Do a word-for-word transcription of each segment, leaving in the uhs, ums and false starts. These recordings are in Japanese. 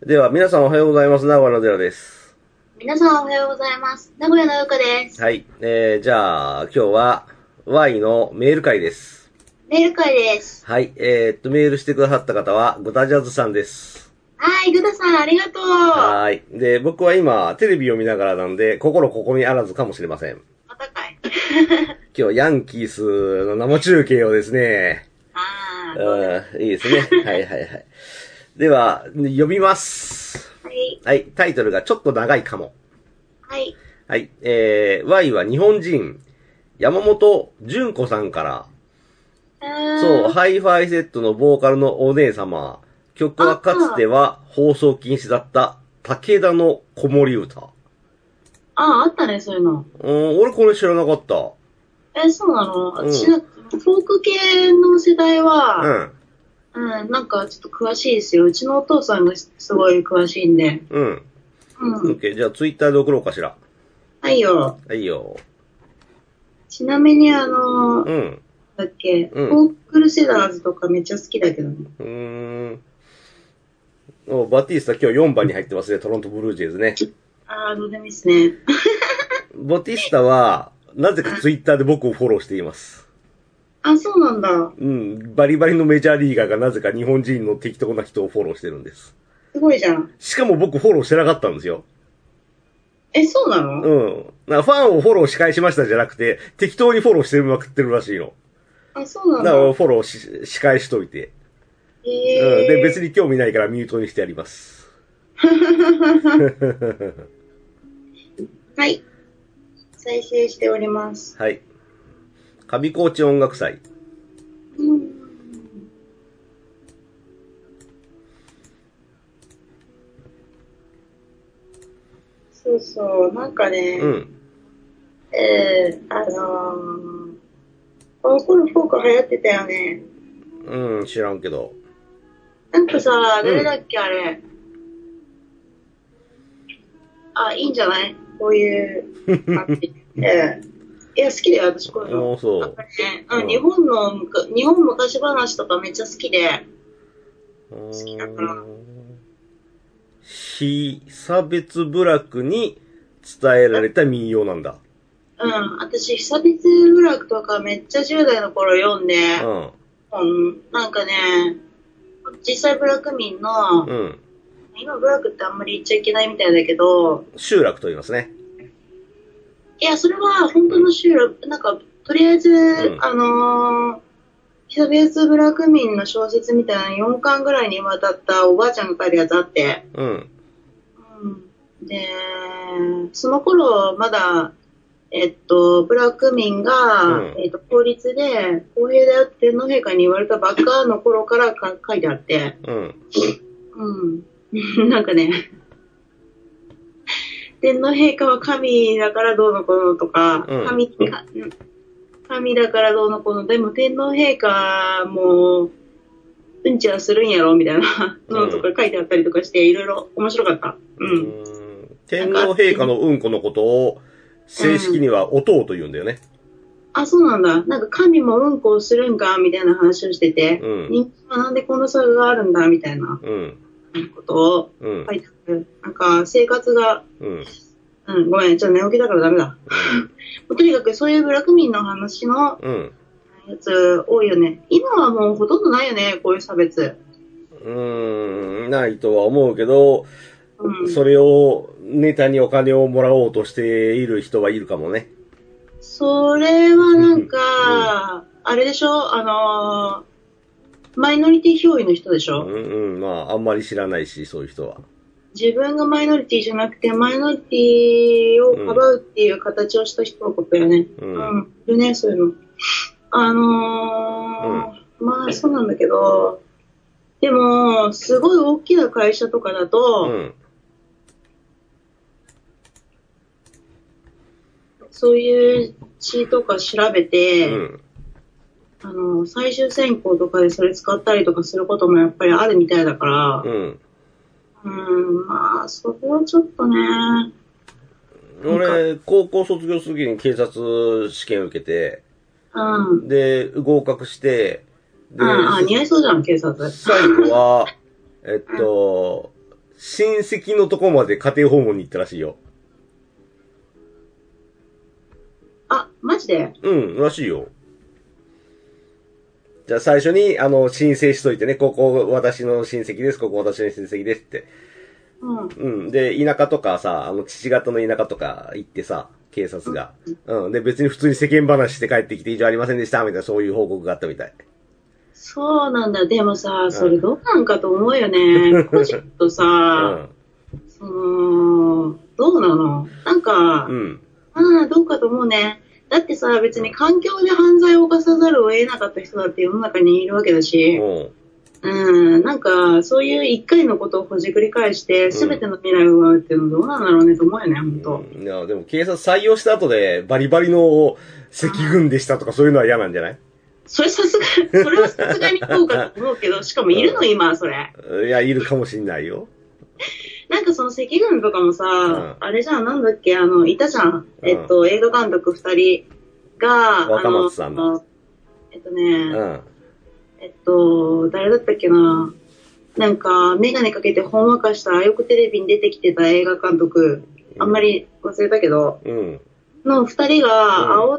では、皆さんおはようございます。名古屋の寺です。 皆さんおはようございます。名古屋のゆかです。 はい。えー、じゃあ、今日は Y のメール会です。 メール会です。 はい。えー、っと、メールしてくださった方は、ゴタジャズさんです。 はい、ぐださんありがとう。 はーい。で、僕は今、テレビを見ながらなんで、心ここにあらずかもしれません。 またかい。 今日、ヤンキースの生中継をですね、 あー、 うん、いいですね。はいはいはい。では、読みます。 はい。 はい。タイトルがちょっと長いかも。 はい。 はい。えー、Y は日本人、山本純子さんから、そう、ハイファイセットのボーカルのお姉様、曲はかつては放送禁止だった武田の子守歌。 ああ、あったね、そういうの。 うん、俺これ知らなかった。 え、そうなの、 うん、 私、フォーク系の世代は、 うん。 うん、なんかちょっと詳しいですよ。うちのお父さんがすごい詳しいんで。 うん。 うん。 オッケー、じゃあツイッターで送ろうかしら。 はいよ。 はいよ。 ちなみにあの、 うん。 だっけ、 うん、 フォークルセダーズとかめっちゃ好きだけどね。 うーん。おバティスタ今日よんばんに入ってますね、トロントブルージェイズね。 ああ、どうでもいいっすね。 バティスタは、なぜかツイッターで僕をフォローしています。 あ、そうなんだ。 うん。バリバリのメジャーリーガーがなぜか日本人の適当な人をフォローしてるんです。 すごいじゃん。 しかも僕フォローしてなかったんですよ。 え、そうなの？ うん。なんかファンをフォローし返しましたじゃなくて、適当にフォローしてまくってるらしいの。 あ、そうなんだ。 だからフォローし、し返しといて。 えー、 うん。で、別に興味ないからミュートにしてやります。 はい。再生しております。 はい。上高地音楽祭。 うん、そうそう、なんかね、 うん。 えー、あのー、この頃フォーク流行ってたよね。 うん、知らんけど。 なんかさ、 うん。 誰だっけ、あれ。あ、いいんじゃないこういう感じ。えーいや、好きだよ、私こういうの。 おー、そなんかね、 う。 うん、日本のむか、日本昔話とかめっちゃ好きで、 う好きだから。 ん。被差別部落に伝えられた民謡なんだ。 うん、私、久々部落とかめっちゃじゅう代の頃読んで、 うん。 うん、なんかね、実際部落民の、 うん。 今部落ってあんまり言っちゃいけないみたいだけど、 集落と言いますね。 いや、それは本当の集落、なんか、とりあえず、 うん。 あのー、久々部落民の小説みたいなよんかんぐらいにわたったおばあちゃんが書いるやつあって、 うん。 うん、で、その頃、まだ、えっと、ブラック民が、 うん。 えっと、法律で公平だよって天皇陛下に言われたばっかの頃からか書いてあって、 うん。 うん。なんかね、天皇陛下は神だからどうのこうのとか、 うん。 神、か神だからどうのこうの、でも天皇陛下も、うんちはするんやろみたいなのとか書いてあったりとかして、いろいろ面白かった。 ううん。 ん。天皇陛下のうんこのことを正式にはおとうと言うんだよね。 あ、そうなんだ。なんか神もうんこをするんかみたいな話をしてて、 うん。 人間はなんでこんな差があるんだみたいなうん。 ことをうん。 書いてある。なんか生活が、 うん。 うん、ごめん、ちょっと寝起きだからダメだ。とにかくそういう部落民の話のうん。 やつ多いよね。今はもうほとんどないよね、こういう差別。 うーん。ないとは思うけど、 うん。 それをネタにお金をもらおうとしている人はいるかもね。 それはなんか、 うん。 あれでしょあのー、マイノリティ票位の人でしょ。 うんうん。まあ、あんまり知らないし、そういう人は。 自分がマイノリティじゃなくて、マイノリティをかばうっていう形をした人のことよね。 ううん。ん。いるね、そういうの。あのー、 うん。 まあそうなんだけど、でも、すごい大きな会社とかだと、 うん。 そういう血とか調べうて、 ん。 あの、最終選考とかでそれ使ったりとかすることもやっぱりあるみたいだから、 うん。 うん、まあ、それはちょっとね、なんか、 俺、高校卒業するときに警察試験受けて、 うん。 で、合格して、で、 ああ、似合いそうじゃん、警察。 最後は、えっうん。 と、 親戚のとこまで家庭訪問に行ったらしいよ。 あ、マジで？ うん、らしいよ。じゃあ最初に、あの、申請しといてね、ここ私の親戚です、ここ私の親戚ですって。 うん。 うん。で、田舎とかさ、あの、父方の田舎とか行ってさ、警察が。うん。で、別に普通に世間話して帰ってきて異常ありませんでした、みたいなそういう報告があったみたい。 そうなんだ。でもさ、それどうなんかと思うよね。個人とさ、うん、その、どうなの？なんか、うん。ああ、どうかと思うね。だってさ、別に環境で犯罪を犯さざるを得なかった人だって世の中にいるわけだし、うん、なんか、そういう一回のことをほじくり返して、すべての未来を奪うっていうのどうなんだろうねと思うよね、本当、 うん。いや、でも警察採用した後で、バリバリの赤軍でしたとかそういうのは嫌なんじゃない？ それさすが、それはさすがにどうかと思うけど、しかもいるの、うん、今、それ。 いや、いるかもしんないよ。 なんかその赤軍とかもさ、うん、あれじゃん、なんだっけ、あの、いたじゃん。うん、えっと、映画監督二人が、 若松さんだ。 えっとね、うん、えっと、誰だったっけな。なんか、メガネかけてほんわかしたよくテレビに出てきてた映画監督、あんまり忘れたけど、うん、の二人が煽って、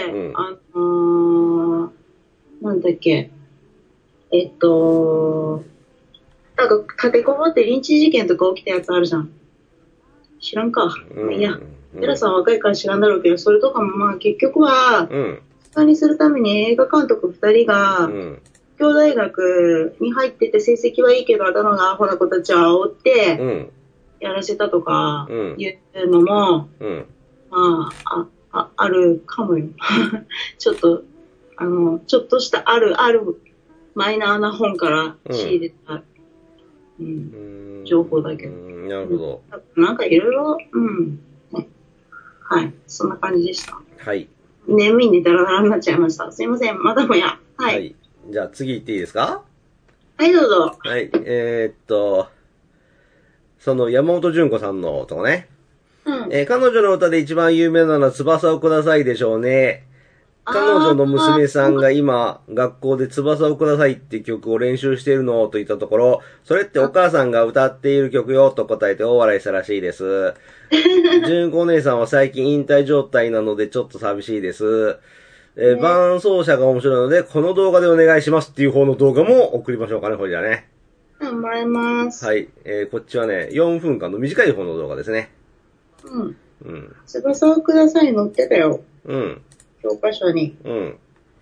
うん、あのー、なんだっけ、えっと、なんか立てこもってリンチ事件とか起きたやつあるじゃん。知らんか。うん、いや、テラさん若いから知らんだろうけど、それとかもまあ結局は、うん、普通にするために映画監督二人が、うん東京大学に入ってて成績はいいけど頭がアホな子たちを煽ってやらせたとかいうのも、うん、まあ、あ、あ、あるかもよ。ちょっと、あの、ちょっとしたある、あるマイナーな本から仕入れた、うんうん、情報だけど。 なるほど。 なんかいろいろ、うん。はい、そんな感じでした。 はい。 眠いんでダラダラになっちゃいました。すいません、まだもや。はい。はいじゃあ次行っていいですか？ はい、どうぞ。 はい、えー、っと、その山本純子さんのとこね。うん。えー、彼女の歌で一番有名なのは翼をくださいでしょうね。彼女の娘さんが今、学校で翼をくださいって曲を練習しているのと言ったところ、それってお母さんが歌っている曲よと答えて大笑いしたらしいです。純子お姉さんは最近引退状態なのでちょっと寂しいです。えー、伴奏者が面白いので、この動画でお願いしますっていう方の動画も送りましょうかね、これじゃね。 頑張ります。 はい。えー、こっちはね、よんぷんかんの短い方の動画ですね。 うん。うん。翼をください載ってたよ。うん。教科書に。うん。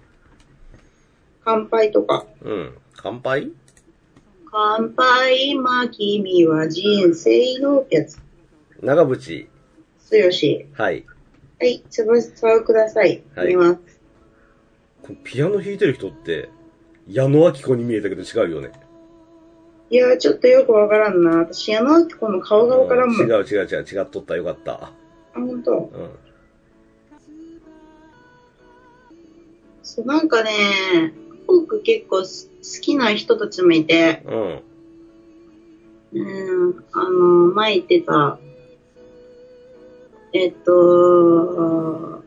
乾杯とか。 うん。乾杯？ 乾杯、まあ君は人生のやつ。 長渕剛。はい。はい、翼をください。はい。見ます。 ピアノ弾いてる人って、矢野明子に見えたけど違うよね。 いやー、ちょっとよくわからんな。私、矢野明子の顔がわからんもん。 違う違う違う、違っとった。よかった。あ、 ほんと？うん。そう、なんかね、フォーク結構好きな人たちもいて、うん。うん、あの、前言ってた、えっと、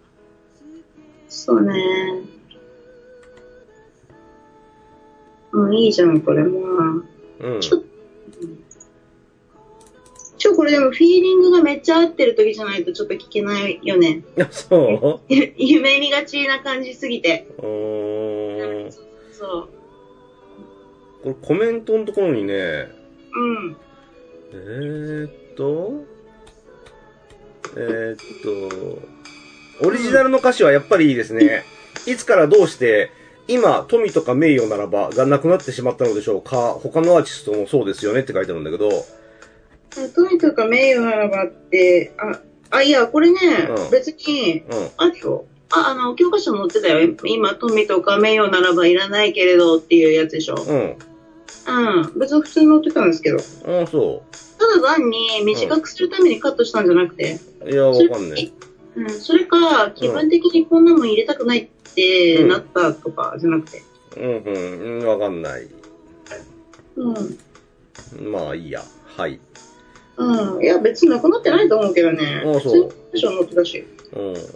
そうね。うん、いいじゃん、これも。うん。ちょ、ちょ、これでもフィーリングがめっちゃ合ってる時じゃないとちょっと聞けないよね。 そう夢見がちな感じすぎて。うーん。そう。これコメントのところにね。うん。えーっと、えー、っと、オリジナルの歌詞はやっぱりいいですね。いつからどうして、今、富とか名誉ならばがなくなってしまったのでしょうか。他のアーティストもそうですよねって書いてあるんだけど。 富とか名誉ならばって、あ、あ、いや、これね、うん、別に、うん、あるよ。あ、あの、教科書載ってたよ。今、富とか名誉ならばいらないけれどっていうやつでしょ。うん。うん。別に普通に載ってたんですけど。 ああ、そう。 ただ単に短くするためにカットしたんじゃなくて。 うん、いや、わかんない。 うん。それか、気分的にこんなもん入れたくないってなったとかじゃなくて。 うん、うん、うん、わかんない。うん。まあ、いいや。はい。 うん。いや、別になくなってないと思うけどね。 ああ、そう。 普通に載ってたし。 うん。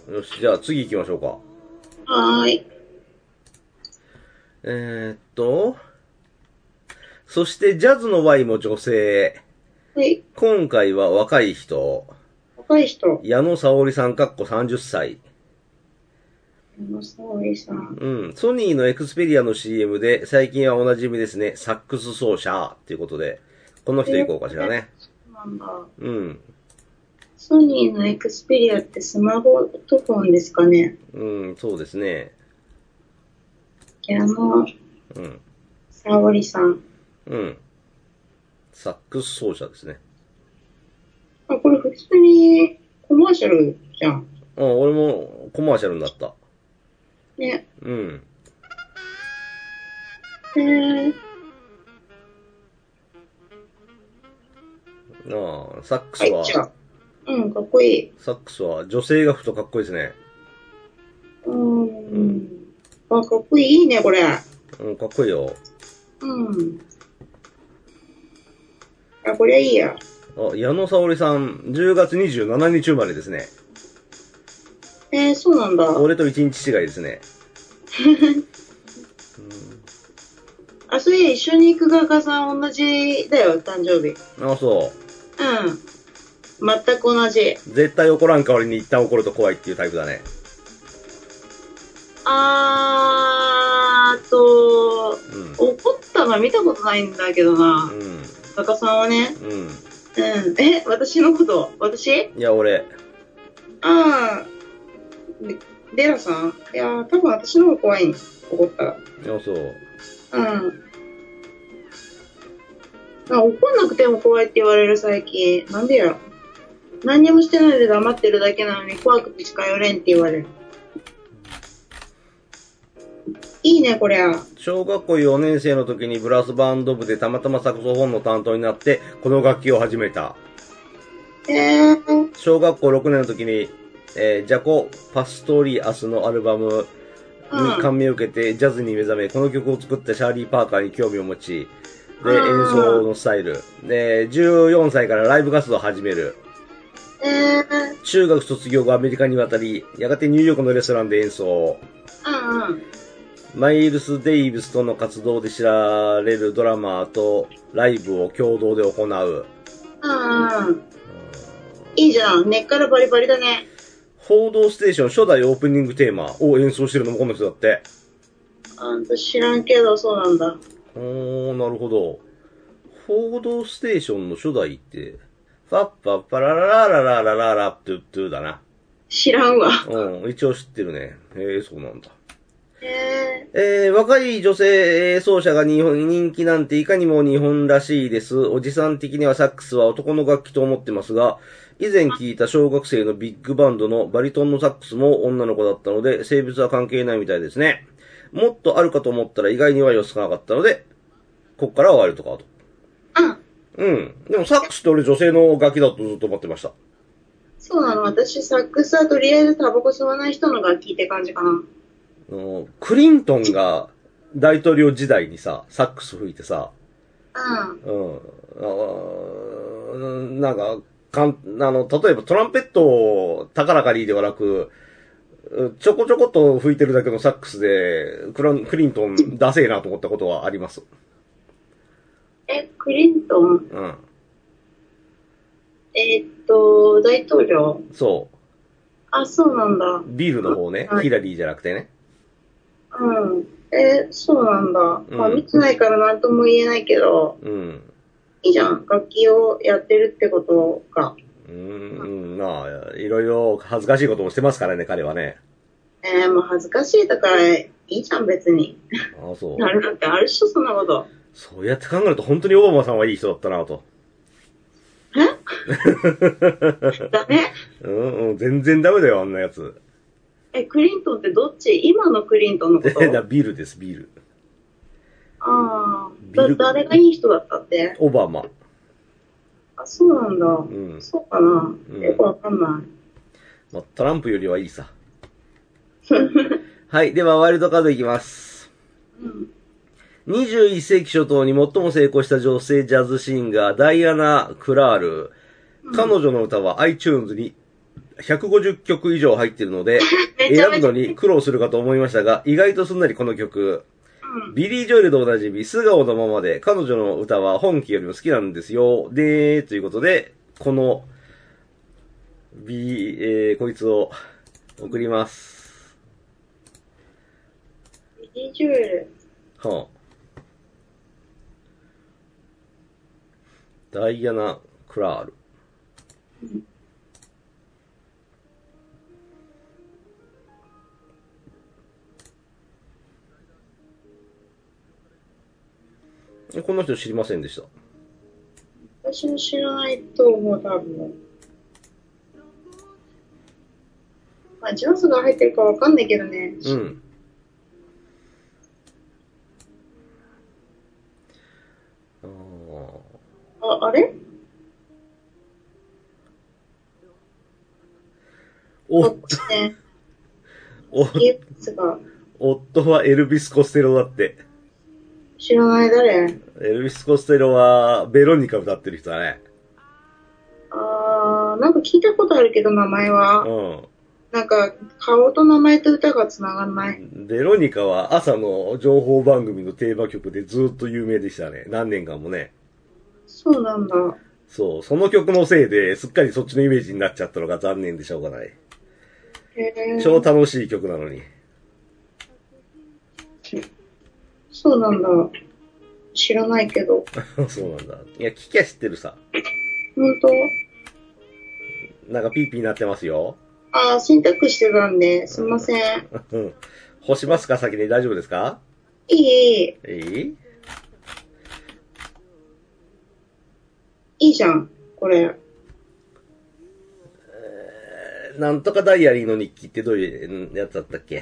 よし、じゃあ次行きましょうか。 はーい。 えー、っと、そしてジャズの Y も女性。 はい。 今回は若い人。 若い人。 矢野沙織さん、かっこさんじゅっさい。 矢野沙織さん。 うん。ソニーのエクスペリアの シーエム で、最近はおなじみですね。サックス奏者っていうことで、この人行こうかしらね。 そうなんだ。 うん。 ソニーのエクスペリアってスマホトフォンですかね。 うん、そうですね。 矢野うん。 沙織さん。 うん。サックス奏者ですね。 あ、これ普通にコマーシャルじゃん。 うん、俺もコマーシャルになった。 ね。 うん。 へえ。 ああ、サックスは、 はい、じゃあ。うん、かっこいい。 サックスは女性が吹くとかっこいいですね。 うーん。あ、かっこいい。いいね、これ。 うん、かっこいいよ。 うん。あ、これいいや。 あ、矢野沙織さん、じゅうがつにじゅうしちにち生まれですね。 えー、そうなんだ。 俺といちにち違いですね。 あ、そういや、一緒に行く画家さん同じだよ、誕生日。 あ、そうん。全く同じ。 う。絶対怒らん代わりに一旦怒ると怖いっていうタイプだね。 あーと、 うん、 怒ったのは見たことないんだけどな。 うん。 画家さんはね。 うん。 うん。え、私のこと私いや、俺。 あー、でデラさんいやー、多分私の方が怖いね。怒ったら。 あ、そう。 うん。あ、怒んなくても怖いって言われる最近。なんでや。何にもしてないで黙ってるだけなのに怖くて近寄れんって言われる。いいね、こりゃ。 小学校よねん生の時にブラスバンド部でたまたまサクソフォンの担当になって、この楽器を始めた。 へー。 小学校ろくねんの時に、えージャコ・パストリアスのアルバムに感銘を受けて、ジャズに目覚め、この曲を作ったシャーリー・パーカーに興味を持ち、で、演奏のスタイル。で、じゅうよんさいからライブ活動を始める。 えー。 中学卒業後アメリカに渡り、やがてニューヨークのレストランで演奏。 うんうん。 マイルス・デイビスとの活動で知られるドラマーとライブを共同で行う。 うんうん。いいじゃん。根っからバリバリだね。 報道ステーション初代オープニングテーマを演奏してるのもこの人だって。 あんた知らんけど、そうなんだ。 おー、なるほど。報道ステーションの初代って、ファッパッパララララララララトゥットゥだな。 知らんわ。 うん、一応知ってるね。へえ、そうなんだ。 へえー、若い女性奏者が日本人気なんていかにも日本らしいです。おじさん的にはサックスは男の楽器と思ってますが、以前聞いた小学生のビッグバンドのバリトンのサックスも女の子だったので、性別は関係ないみたいですね。もっとあるかと思ったら意外には良少なかったので、こっからはワイルドカード。 うん。 うん。でもサックスって俺女性の楽器だとずっと思ってました。 そうなの。私、サックスはとりあえずタバコ吸わない人の楽器って感じかな。 あのクリントンが大統領時代にさ、サックス吹いてさ、 うん。 うん。あなんか、かん、あの、例えばトランペットを高らかにではなく、ちょこちょこっと吹いてるだけのサックスで、クラン、クリントンダセえなと思ったことはあります。 え、クリントンうん。 えーっと、大統領そあ、そうなんだ。 う。ビルの方ね。 はいヒラリーじゃなくてね。 うん。え、そうなんだ。 うんまあ、見てないからなんとも言えないけど、 うん。 いいじゃん。楽器をやってるってことが。 うーん、まあ、いろいろ恥ずかしいこともしてますからね、彼はね。 えー、もう恥ずかしいとか、いいじゃん、別に。 ああ、そう。 なるなんてあるっしょ、そんなこと。 そうやって考えると本当にオバマさんはいい人だったなと。 えダメうん、うん、全然ダメだよ、あんなやつ。 え、クリントンってどっち今のクリントンのことだビルです、ビル。 ああ、 ビルだ、誰がいい人だったってオバマ。 あ、そうなんだ。 うん。 そうかな。 うんよくわかんない。 まあ、トランプよりはいいさ。はい。では、ワイルドカードいきます。 うん。 にじゅういっ世紀初頭に最も成功した女性ジャズシンガー、ダイアナ・クラール。彼女の歌は iTunes にひゃくごじゅっきょく以上入っているので、 めちゃめちゃ選ぶのに苦労するかと思いましたが、意外とすんなりこの曲。 うん。 ビリー・ジョエルとおなじみ、素顔のままで、彼女の歌は本家よりも好きなんですよ。でー、ということで、この、ビえー、こいつを送ります。 ビリー・ジョエル。 はあ、ダイアナ・クラール。うん、この人知りませんでした。 私も知らないと思う、多分。まあ、ジョーズが入ってるかわかんないけどね。 うん。 あ、あれおこっちね。 おギブスが。 夫はエルビス・コステロだって。 知らない、誰？ エルビス・コステロは、ベロニカ歌ってる人だね。 あー、なんか聞いたことあるけど、名前は。 うん。 なんか、顔と名前と歌が繋がんない。 ベロニカは朝の情報番組のテーマ曲でずっと有名でしたね。何年間もね。 そうなんだ。 そう、その曲のせいですっかりそっちのイメージになっちゃったのが残念でしょうがない。 へー。 超楽しい曲なのに。 そうなんだ。知らないけど。 そうなんだ。いや、聞きゃ知ってるさ。 ほんと？ なんかピーピーなってますよ。 あー、選択してたんで、すいません。 うん。干しますか先に大丈夫ですか？ いい、いい。 いい？ いいじゃん、これ。 なんとかダイアリーの日記ってどういうやつだったっけ？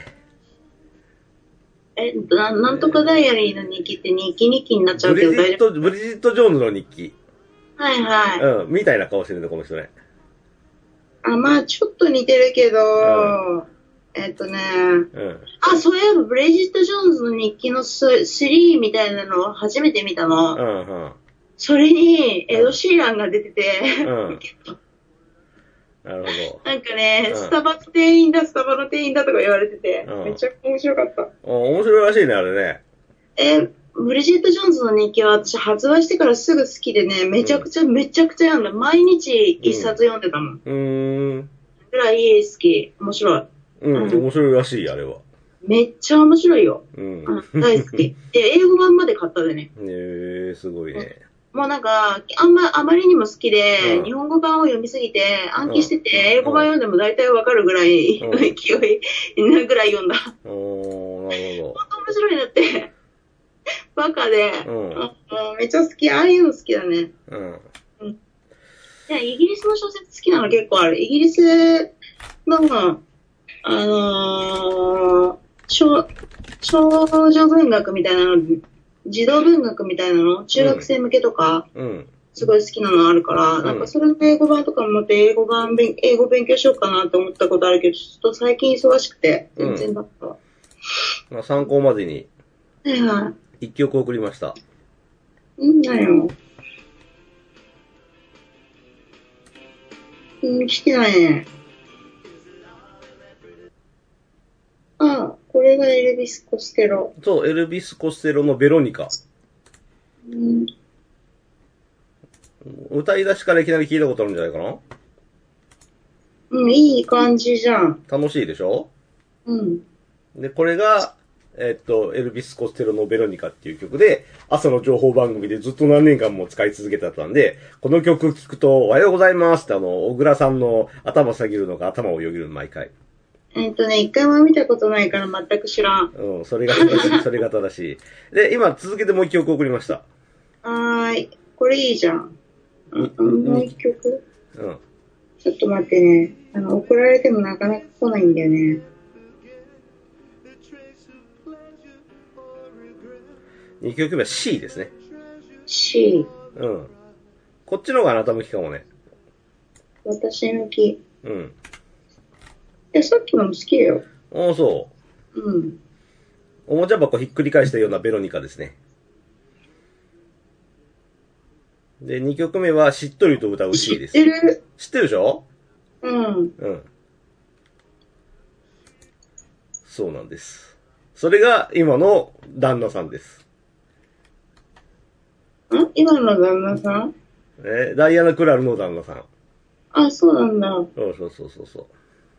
え、ななんとかダイアリーの日記って日記日記になっちゃうブけど大丈夫？ リジット、ブリジット・ジョーンズの日記。 はいはい。 うん、みたいな顔してるね、この人ね。 あ、まあちょっと似てるけど、 うん、 えっとね、 うん。 あ、そういえばブレジット・ジョーンズの日記のススリーみたいなのを初めて見たの。 うん、うん。 それにエド・シーランが出てて、 うん。なるほど。 なんかね、 うんスタバの店員だ、スタバの店員だとか言われてて、 うんめっちゃ面白かった。 あ、面白いらしいね、あれね。 え、ブリジット・ジョーンズの日記は私発売してからすぐ好きでね、めちゃくちゃ、めちゃくちゃ読んだ。毎日一冊読んでたもん。 うーん。 ぐらい好き。面白い。 うん、 うん面白いらしい、あれは。 めっちゃ面白いよ。 うん。 うん、大好き。で、英語版まで買ったでね。 えー、すごいね。 もうなんか、あんま、あまりにも好きで、 うん日本語版を読みすぎて、暗記してて、英語版読んでも大体わかるぐらい、 うん勢いなぐらい読んだ。 おー、なるほ本当面白いなって。バカで、 うんうんめっちゃ好き。ああいうの好きだね。 ど。うん。 でイギリスの小説好きなの結構ある。イギリスの、あのー、少少女文学みたいなの、児童文学みたいなの、中学生向けとか、 うん。 すごい好きなのあるから、 んなんかそれの英語版とかも持って英語版勉、英語勉強しようかなと思ったことあるけど、ちょっと最近忙しくて、全然だったわ。 まあ、参考までにはいは一曲送りました。 い。いいんだよ。うん、来てないね。ああ、これがエルビス・コステロ。 そう、エルビス・コステロのベロニカ。 うん、 歌い出しからいきなり聞いたことあるんじゃないかな？ うん、いい感じじゃん。 楽しいでしょ？ うん。 で、これが、えっと、エルビス・コステロのベロニカっていう曲で、朝の情報番組でずっと何年間も使い続けてたんで、この曲聴くと、おはようございますってあの、小倉さんの頭下げるのが頭をよぎる毎回。 えっとね、一回も見たことないから全く知らん。 うん、それが正しい、それが正しい。で、今続けてもう一曲送りました。 はーい。これいいじゃん。うんうんもう一曲うん。 ちょっと待ってね。あの、送られてもなかなか来ないんだよね。 二曲目は C ですね。 C。 うん。こっちの方があなた向きかもね。 私向き。 うん。 え、さっきのも好きだよ。 ああ、そうん。 う。おもちゃ箱ひっくり返したようなベロニカですね。で、二曲目はしっとりと歌う C です。 知ってる。 知ってるでしょ？ うん。 うん。そうなんです。 それが今の旦那さんです。 ん今の旦那さんえー、ダイアナ・クラルの旦那さん。 あ、そうなんだ。 そうそうそうそうそう。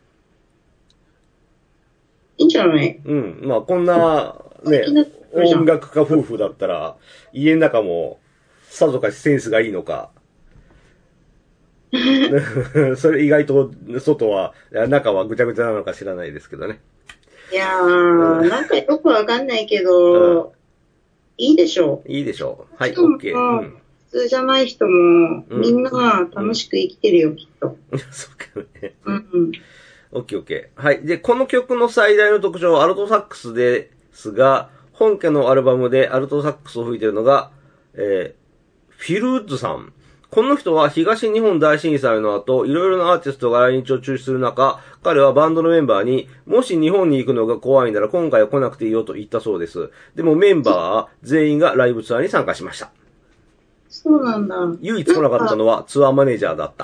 いいんじゃない？ うん。まあ、こんな、ね、音楽家夫婦だったら、家の中も、さぞかしセンスがいいのか。それ意外と、外は、中はぐちゃぐちゃなのか知らないですけどね。 いやー、なんかよくわかんないけど、うん、いいでしょう。 いいでしょう。はい、オッケー。うん。 普通じゃない人も、みんなが楽しく生きてるよ、うん、きっと。 そうかね。 うんうん。 オッケーオッケー。はい。で、この曲の最大の特徴はアルトサックスですが、本家のアルバムでアルトサックスを吹いているのが、えー、フィル・ウッズさん。この人は東日本大震災の後、いろいろなアーティストが来日を中止する中、彼はバンドのメンバーに、もし日本に行くのが怖いなら今回は来なくていいよと言ったそうです。でもメンバーは全員がライブツアーに参加しました。 そうなんだ。 唯一来なかったのはツアーマネージャーだった。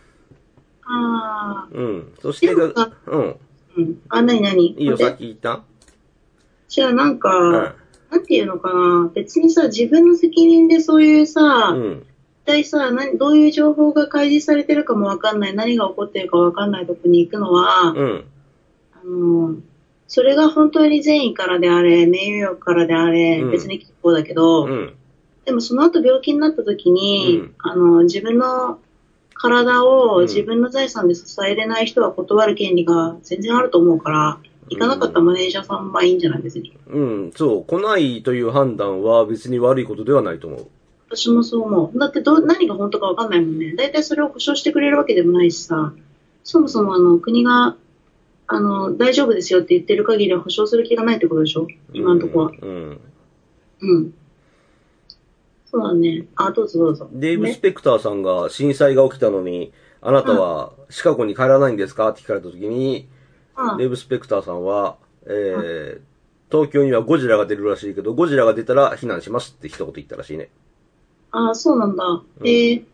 ああ。 うん。そしてが、うん。 うん。あ、なになに？ いいよ、先言った？ じゃあなんか、うん、なんていうのかな。別にさ、自分の責任でそういうさ、うん、一体さ、何、どういう情報が開示されてるかもわかんない、何が起こってるかわかんないとこに行くのは、うん、あの、それが本当に善意からであれ、名誉からであれ、うん、別に結構だけど、うん、でもその後病気になった時に、うん、あの、自分の体を自分の財産で支えれない人は断る権利が全然あると思うから、行かなかったマネージャーさんはいいんじゃない別に。 うん、そう。来ないという判断は別に悪いことではないと思う。 私もそう思う。だってど、何が本当かわかんないもんね。だいたいそれを保証してくれるわけでもないしさ、そもそもあの、国が、あの、大丈夫ですよって言ってる限りは保証する気がないってことでしょ今のところは。うん。うん。そうだね。あ、どうぞどうぞ。 デーブ・スペクターさんが震災が起きたのに、あなたはシカゴに帰らないんですかって聞かれたときに、うん、デーブ・スペクターさんは、えー、うん、東京にはゴジラが出るらしいけど、ゴジラが出たら避難しますって一言言ったらしいね。 ああ、そうなんだ。うん、ええ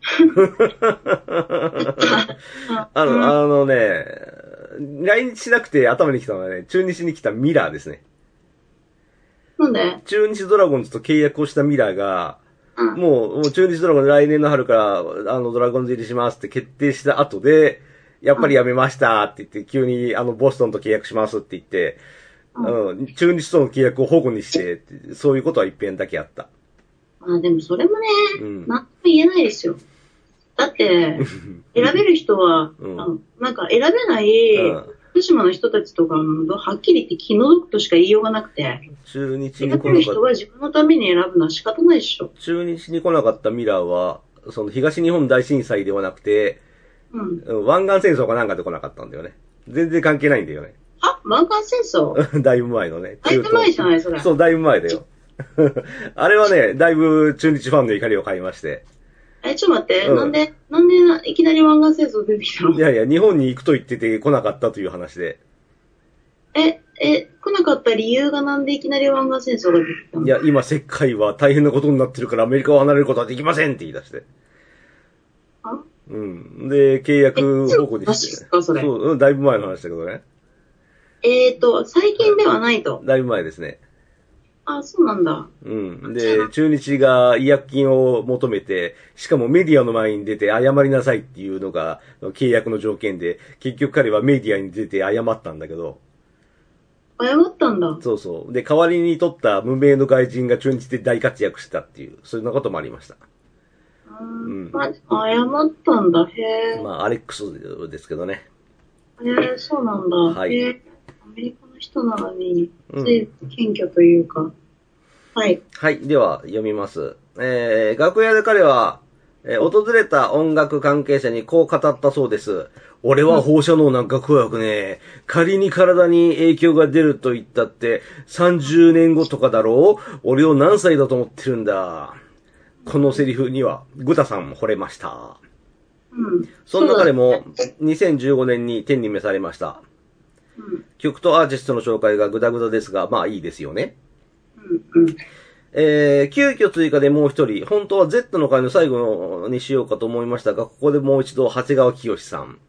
ー。あの、あのね、来日しなくて頭に来たのはね、中日に来たミラーですね。 なんで？ 中日ドラゴンズと契約をしたミラーが、うん、もう、もう中日ドラゴンズ来年の春から、あの、ドラゴンズ入りしますって決定した後で、やっぱり辞めましたって言って、急にあの、ボストンと契約しますって言って、うん、中日との契約を保護にして、そういうことは一遍だけあった。 まあでもそれもね、うん、なんとも言えないですよ。だって、選べる人は、うん、あのなんか選べない、うん、福島の人たちとかも、はっきり言って気の毒としか言いようがなくて、 中日に来なかった。 選べる人は自分のために選ぶのは仕方ないでしょ。 中日に来なかったミラーは、その東日本大震災ではなくて、うん、湾岸戦争かなんかで来なかったんだよね。全然関係ないんだよね。 は湾岸戦争だいぶ前のね。 だいぶ前じゃないそれ。 そう、だいぶ前だよ。あれはね、だいぶ中日ファンの怒りを買いまして。 え、ちょっと待って、うん、なんで、なんでいきなり湾岸戦争出てきたの？ いやいや、日本に行くと言ってて来なかったという話で。 え、え、来なかった理由がなんでいきなり湾岸戦争が出てきたの？ いや、今、石灰は大変なことになってるからアメリカを離れることはできませんって言い出して。 あうん。で、契約方向にして。 ですか、それ。 そう、うん、だいぶ前の話だけどね。 えーと、最近ではないと。 だいぶ前ですね。 あ、そうなんだ。 うん。で、中日が違約金を求めて、しかもメディアの前に出て謝りなさいっていうのが契約の条件で、結局彼はメディアに出て謝ったんだけど。 謝ったんだ。 そうそう。で、代わりに取った無名の外人が中日で大活躍したっていう、そういうこともありました。 うん。まあ、謝ったんだ。へえ。 まあ、アレックスですけどね。 へえ、そうなんだ。 はい。 へえ。アメリカの人なのに、つい謙虚というか、うん。はい。 はい。では、読みます。えー、楽屋で彼は、えー、訪れた音楽関係者にこう語ったそうです。俺は放射能なんか怖くねえ。仮に体に影響が出ると言ったって、さんじゅうねんごとかだろう？俺を何歳だと思ってるんだ。このセリフには、グタさんも惚れました。 うん。 そんな彼も、にせんじゅうごねんに天に召されました。うん、曲とアーティストの紹介がグダグダですが、まあいいですよね。 うんうん。 えー、急遽追加でもう一人、本当は Z の回の最後にしようかと思いましたが、ここでもう一度、長谷川清さん。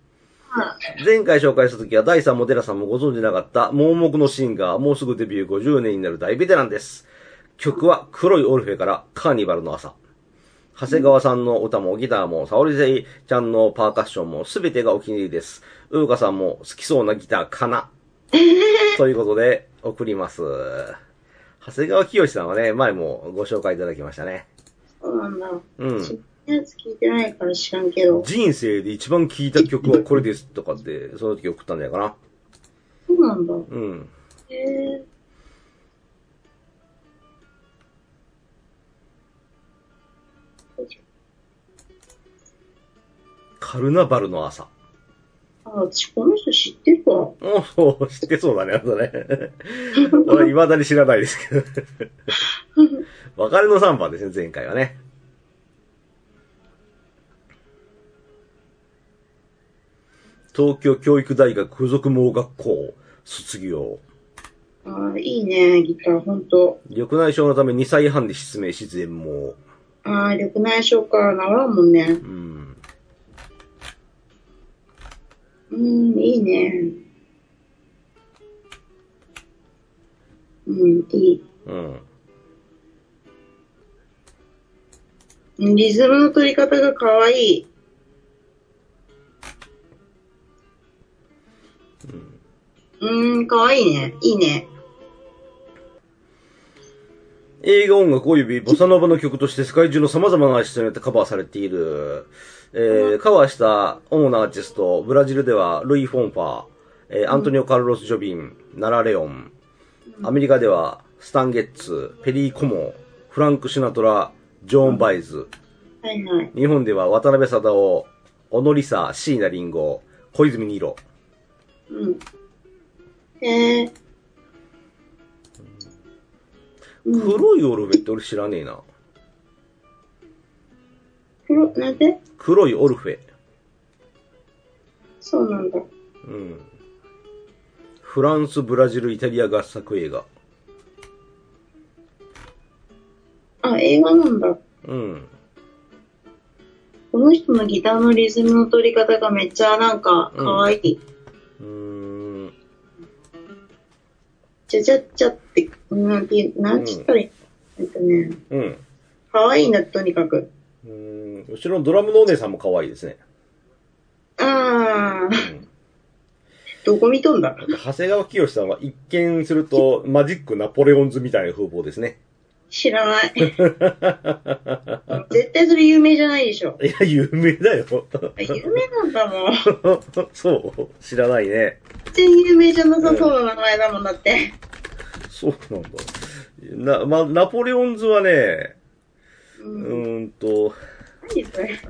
前回紹介した時は大さんもデラさんもご存知なかった盲目のシンガー、もうすぐデビューごじゅうねんになる大ベテランです。曲は黒いオルフェからカーニバルの朝。長谷川さんの歌もギターも、沙織せいちゃんのパーカッションもすべてがお気に入りです。うーかさんも好きそうなギターかなということで送ります。長谷川清さんはね、前もご紹介いただきましたね。 そうなんだ。 うん。 やつ聞いてないから知らんけど。 人生で一番聴いた曲はこれですとかって、その時送ったんじゃないかな。 そうなんだ。 うん。 へえ。 カルナバルの朝。 あ、私この人知ってるわ。 おお、知ってそうだね、あとね。俺、未だに知らないですけど。別れのさんばんですね、前回はね。東京教育大学附属盲学校卒業。 ああ、いいね、ギター、ほんと。 緑内障のためにさいはんで失明し全盲。 ああ、緑内障か、治らんもんね。 うん。 うん、いいね。うん、いい。 うん。 リズムの取り方がかわいい。うん、うーん、かわいいね。いいね。 映画音楽及びボサノバの曲として世界中の様々なアーティストによってカバーされている。えー、カバーした主なアーティスト、ブラジルではルイ・フォンファー、えー、アントニオ・カルロス・ジョビン、ナラ・レオン、アメリカではスタン・ゲッツ、ペリー・コモ、フランク・シナトラ、ジョーン・バイズ、 はいはい、 日本では渡辺貞夫、小野梨沙、椎名林檎、小泉二郎。 うん。へえ。 黒いオルフェって俺知らねえな。 黒、なんで？ 黒いオルフェ。 そうなんだ。 うん。フランス、ブラジル、イタリア合作映画。 あ、映画なんだ。 うん。 この人のギターのリズムの取り方がめっちゃなんかかわいい。 うん。うーん。 ちゃちゃっちゃって、なんて、なんちったらいい、えっとね。 うん。 かわいいんだ、とにかく。 うーん。後ろのドラムのお姉さんも可愛いですね。 あー。うん、どこ見とんだ？ 長谷川清さんは一見するとマジックナポレオンズみたいな風貌ですね。 知らない。絶対それ有名じゃないでしょ。 いや、有名だよ。 有名なんだもん。 そう知らないね。 全然有名じゃなさそうな名前だもんだって。 そうなんだ。な、ま、ナポレオンズはね、うーん、うーんと。 何それ？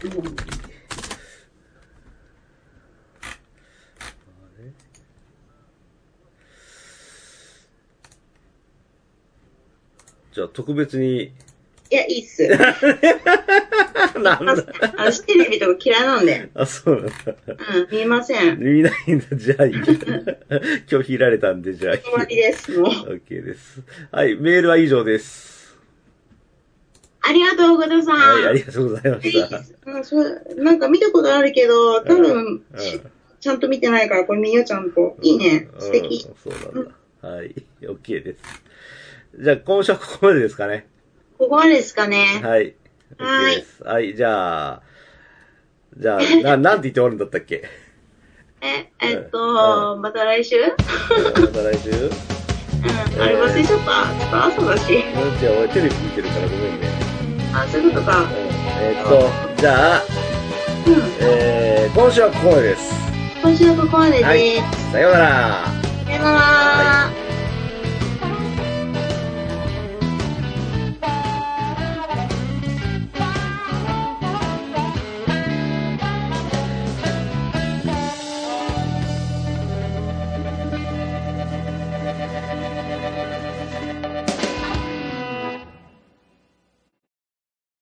じゃあ特別に。 いや、いいっす。 なんだ。 私テレビとか嫌いなんで。 あ、そうなんだ。 うん、見えません。 見ないんだ。じゃあいい。拒否られたんで、じゃあいい。 終わりです、もう。 OK です。はい、メールは以上です。 ありがとうございます。 はい、ありがとうございました。 うん、そなんか見たことあるけど、多分、うんうん、ちゃんと見てないから、これ見よう、ちゃんと。いいね。素敵。 うん、そうなんだ。うん、はい、OK です。じゃあ、今週はここまでですかね。 ここまでですかね。 はい。 はい。 はい、じゃあ、じゃあ、な、なんて言って終わるんだったっけ？ え、えっと、うん、また来週？また来週？うん、 あれ忘れちゃった。ちょっと朝だし。 うん、じゃあ、俺テレビ見てるからごめんね。 あ、そういうことか。うん、 えー、っと、じゃあ、うん、えー、今週はここまでです。 今週はここまでです。はい、 さようなら。 さようなら。はい。